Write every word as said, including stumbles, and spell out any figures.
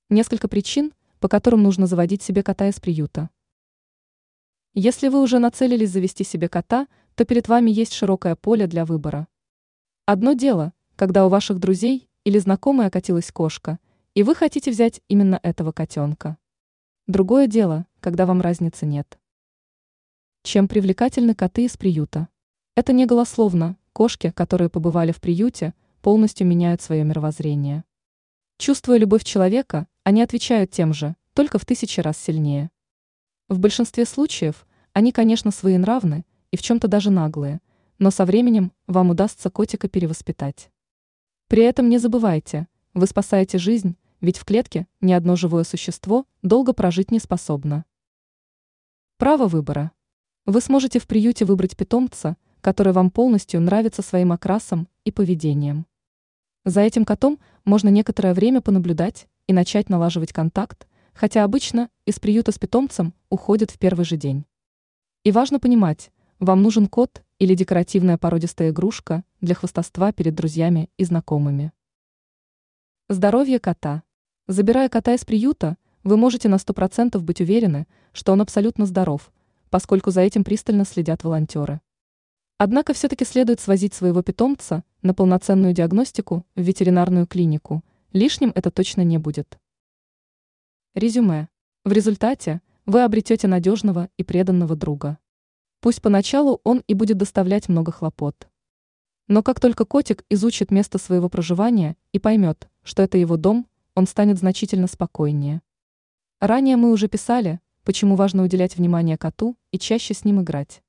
Несколько причин, по которым нужно заводить себе кота из приюта. Если вы уже нацелились завести себе кота, то перед вами есть широкое поле для выбора. Одно дело, когда у ваших друзей или знакомой окатилась кошка, и вы хотите взять именно этого котенка. Другое дело, когда вам разницы нет. Чем привлекательны коты из приюта? Это не голословно, кошки, которые побывали в приюте, полностью меняют свое мировоззрение. Чувствуя любовь человека, они отвечают тем же, только в тысячи раз сильнее. В большинстве случаев они, конечно, своенравны и в чем-то даже наглые, но со временем вам удастся котика перевоспитать. При этом не забывайте, вы спасаете жизнь, ведь в клетке ни одно живое существо долго прожить не способно. Право выбора. Вы сможете в приюте выбрать питомца, который вам полностью нравится своим окрасом и поведением. За этим котом можно некоторое время понаблюдать и начать налаживать контакт, хотя обычно из приюта с питомцем уходят в первый же день. И важно понимать, вам нужен кот или декоративная породистая игрушка для хвастовства перед друзьями и знакомыми. Здоровье кота. Забирая кота из приюта, вы можете на сто процентов быть уверены, что он абсолютно здоров, поскольку за этим пристально следят волонтеры. Однако все-таки следует свозить своего питомца на полноценную диагностику в ветеринарную клинику, лишним это точно не будет. Резюме. В результате вы обретете надежного и преданного друга. Пусть поначалу он и будет доставлять много хлопот. Но как только котик изучит место своего проживания и поймет, что это его дом, он станет значительно спокойнее. Ранее мы уже писали, почему важно уделять внимание коту и чаще с ним играть.